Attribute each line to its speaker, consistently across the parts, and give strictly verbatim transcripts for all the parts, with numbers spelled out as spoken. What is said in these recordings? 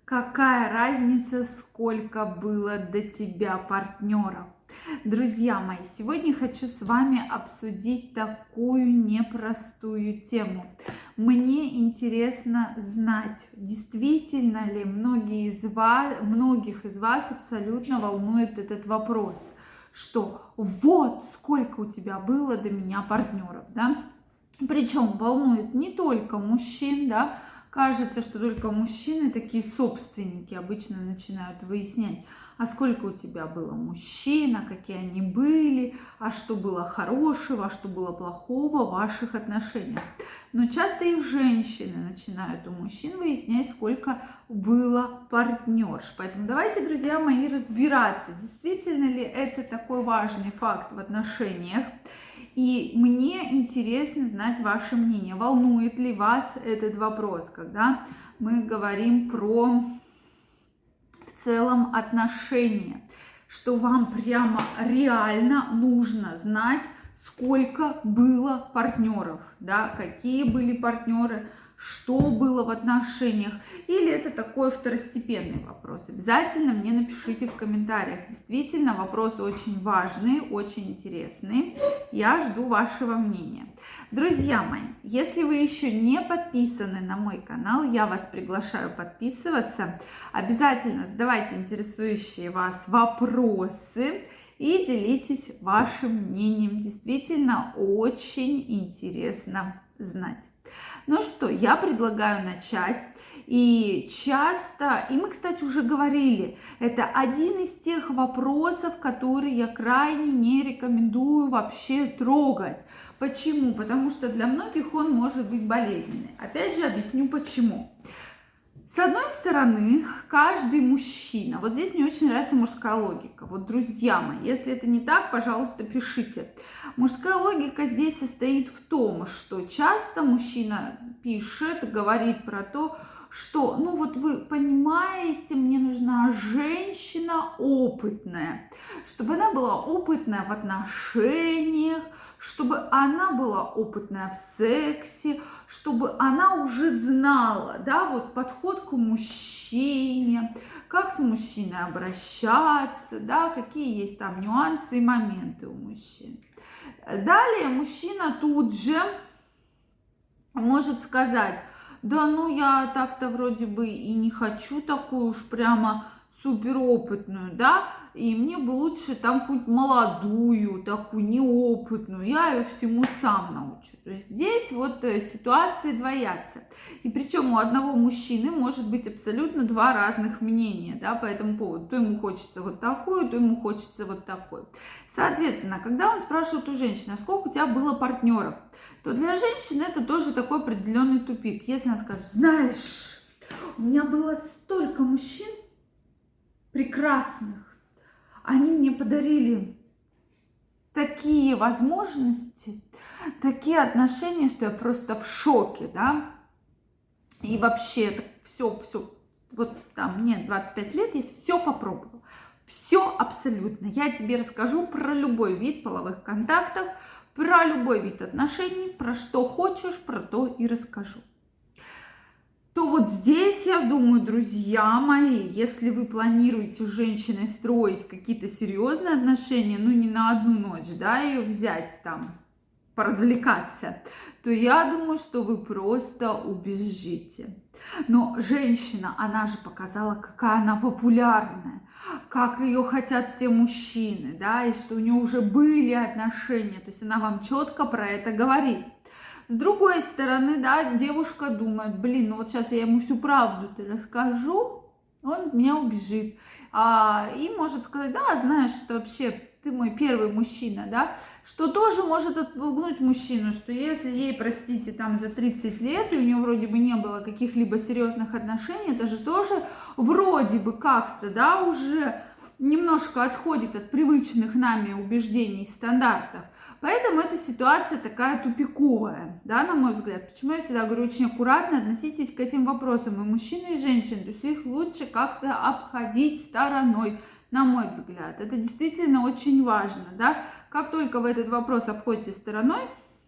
Speaker 1: Какая разница, сколько было до тебя партнеров? Друзья мои, сегодня хочу с вами обсудить такую непростую тему. Мне интересно знать, действительно ли многие из вас, многих из вас абсолютно волнует этот вопрос, что вот сколько у тебя было до меня партнеров, да? Причем волнует не только мужчин, да? Кажется, что только мужчины такие собственники обычно начинают выяснять, а сколько у тебя было мужчин, а какие они были, а что было хорошего, а что было плохого в ваших отношениях. Но часто и женщины начинают у мужчин выяснять, сколько было партнерш. Поэтому давайте, друзья мои, разбираться, действительно ли это такой важный факт в отношениях. И мне интересно знать ваше мнение. Волнует ли вас этот вопрос, когда мы говорим про в целом отношения, что вам прямо реально нужно знать, сколько было партнеров, да, какие были партнеры, что было в отношениях, или это такой второстепенный вопрос. Обязательно мне напишите в комментариях. Действительно, вопросы очень важные, очень интересные. Я жду вашего мнения. Друзья мои, если вы еще не подписаны на мой канал, я вас приглашаю подписываться. Обязательно задавайте интересующие вас вопросы и делитесь вашим мнением. Действительно, очень интересно знать. Ну что, я предлагаю начать. И часто, и мы, кстати, уже говорили, это один из тех вопросов, которые я крайне не рекомендую вообще трогать. Почему? Потому что для многих он может быть болезненный. Опять же, объясню почему. С одной стороны, каждый мужчина, вот здесь мне очень нравится мужская логика. Вот, друзья мои, если это не так, пожалуйста, пишите. Мужская логика здесь состоит в том, что часто мужчина пишет, говорит про то, что, ну вот вы понимаете, мне нужна женщина опытная, чтобы она была опытная в отношениях, чтобы она была опытная в сексе, чтобы она уже знала, да, вот подход к мужчине, как с мужчиной обращаться, да, какие есть там нюансы и моменты у мужчин. Далее мужчина тут же может сказать, да ну я так-то вроде бы и не хочу такую уж прямо суперопытную, да, и мне бы лучше там какую-нибудь молодую, такую неопытную, я ее всему сам научу. То есть здесь вот ситуации двоятся. И причем у одного мужчины может быть абсолютно два разных мнения, да, по этому поводу. То ему хочется вот такую, то ему хочется вот такой. Соответственно, когда он спрашивает у женщины, а сколько у тебя было партнеров, то для женщины это тоже такой определенный тупик. Если она скажет, знаешь, у меня было столько мужчин прекрасных, они мне подарили такие возможности, такие отношения, что я просто в шоке, да, и вообще это все, все, вот там мне двадцать пять лет, я все попробовала, все абсолютно, я тебе расскажу про любой вид половых контактов, про любой вид отношений, про что хочешь, про то и расскажу. То вот здесь, я думаю, друзья мои, если вы планируете с женщиной строить какие-то серьезные отношения, ну не на одну ночь, да, ее взять там, поразвлекаться, то я думаю, что вы просто убежите. Но женщина, она же показала, какая она популярная, как ее хотят все мужчины, да, и что у нее уже были отношения, то есть она вам четко про это говорит. С другой стороны, да, девушка думает, блин, ну вот сейчас я ему всю правду-то расскажу, он от меня убежит. А, и может сказать, да, знаешь, что вообще ты мой первый мужчина, да, что тоже может отпугнуть мужчину, что если ей, простите, там за тридцать лет, и у нее вроде бы не было каких-либо серьезных отношений, это же тоже вроде бы как-то, да, уже немножко отходит от привычных нами убеждений и стандартов. Поэтому эта ситуация такая тупиковая, да, на мой взгляд. Почему я всегда говорю, очень аккуратно относитесь к этим вопросам, и мужчин, и женщин, то есть их лучше как-то обходить стороной, на мой взгляд. Это действительно очень важно, да. Как только вы этот вопрос обходите стороной,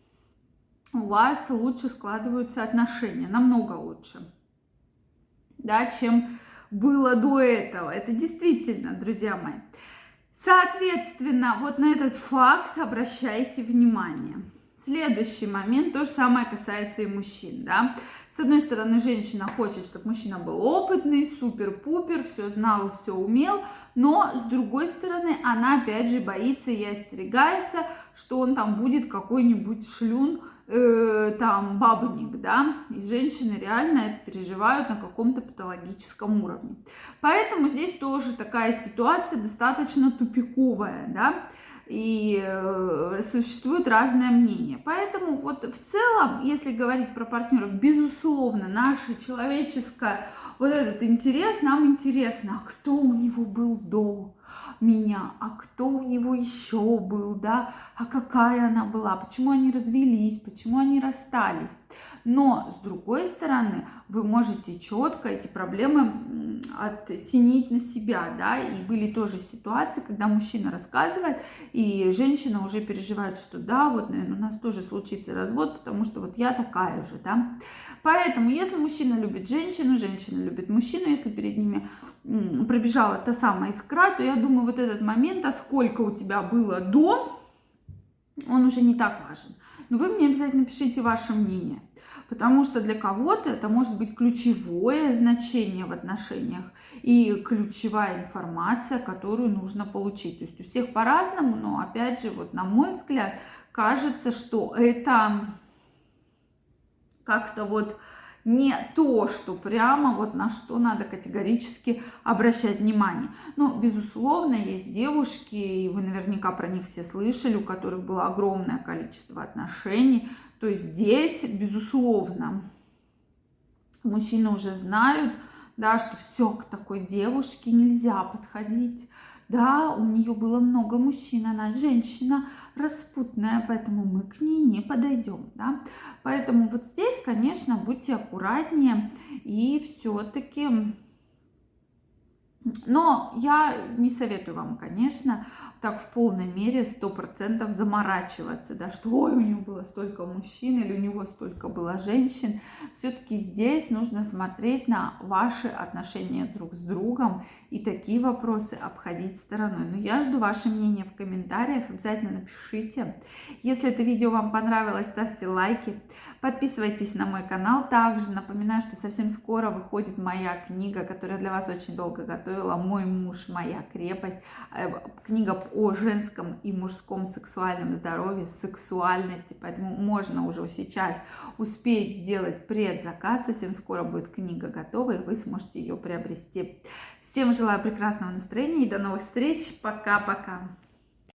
Speaker 1: у вас лучше складываются отношения, намного лучше, да, чем было до этого. Это действительно, друзья мои. Соответственно, вот на этот факт обращайте внимание. Следующий момент, то же самое касается и мужчин, да. С одной стороны, женщина хочет, чтобы мужчина был опытный, супер-пупер, все знал, все умел, но с другой стороны, она опять же боится и остерегается, что он там будет какой-нибудь шлюн, э, там, бабник, да, и женщины реально это переживают на каком-то патологическом уровне. Поэтому здесь тоже такая ситуация достаточно тупиковая, да, и э, существуют разные мнения. Поэтому вот в целом, если говорить про партнеров, безусловно, наше человеческое, вот этот интерес, нам интересно, а кто у него был до меня, а кто у него еще был, да, а какая она была, почему они развелись, почему они расстались. Но, с другой стороны, вы можете четко эти проблемы оттенить на себя, да, и были тоже ситуации, когда мужчина рассказывает, и женщина уже переживает, что да, вот, наверное, у нас тоже случится развод, потому что вот я такая же, да. Поэтому, если мужчина любит женщину, женщина любит мужчину, если перед ними пробежала та самая искра, то я думаю, вот этот момент, а сколько у тебя было до, он уже не так важен. Но вы мне обязательно пишите ваше мнение. Потому что для кого-то это может быть ключевое значение в отношениях и ключевая информация, которую нужно получить. То есть у всех по-разному, но опять же, вот на мой взгляд, кажется, что это как-то вот не то, что прямо вот на что надо категорически обращать внимание. Ну, безусловно, есть девушки, и вы наверняка про них все слышали, у которых было огромное количество отношений. То есть здесь, безусловно, мужчины уже знают, да, что все, к такой девушке нельзя подходить. Да, у нее было много мужчин, она женщина распутная, поэтому мы к ней не подойдем, да. Поэтому вот здесь, конечно, будьте аккуратнее и все-таки... Но я не советую вам, конечно, так в полной мере сто процентов заморачиваться, да, что ой, у него было столько мужчин или у него столько было женщин. Все-таки здесь нужно смотреть на ваши отношения друг с другом и такие вопросы обходить стороной. Но я жду ваше мнение в комментариях, обязательно напишите. Если это видео вам понравилось, ставьте лайки, подписывайтесь на мой канал. Также напоминаю, что совсем скоро выходит моя книга, которую я для вас очень долго готовила, «Мой муж, моя крепость». Книга о женском и мужском сексуальном здоровье, сексуальности, поэтому можно уже сейчас успеть сделать предзаказ. Совсем скоро будет книга готова, и вы сможете ее приобрести. Всем желаю прекрасного настроения и до новых встреч. Пока-пока.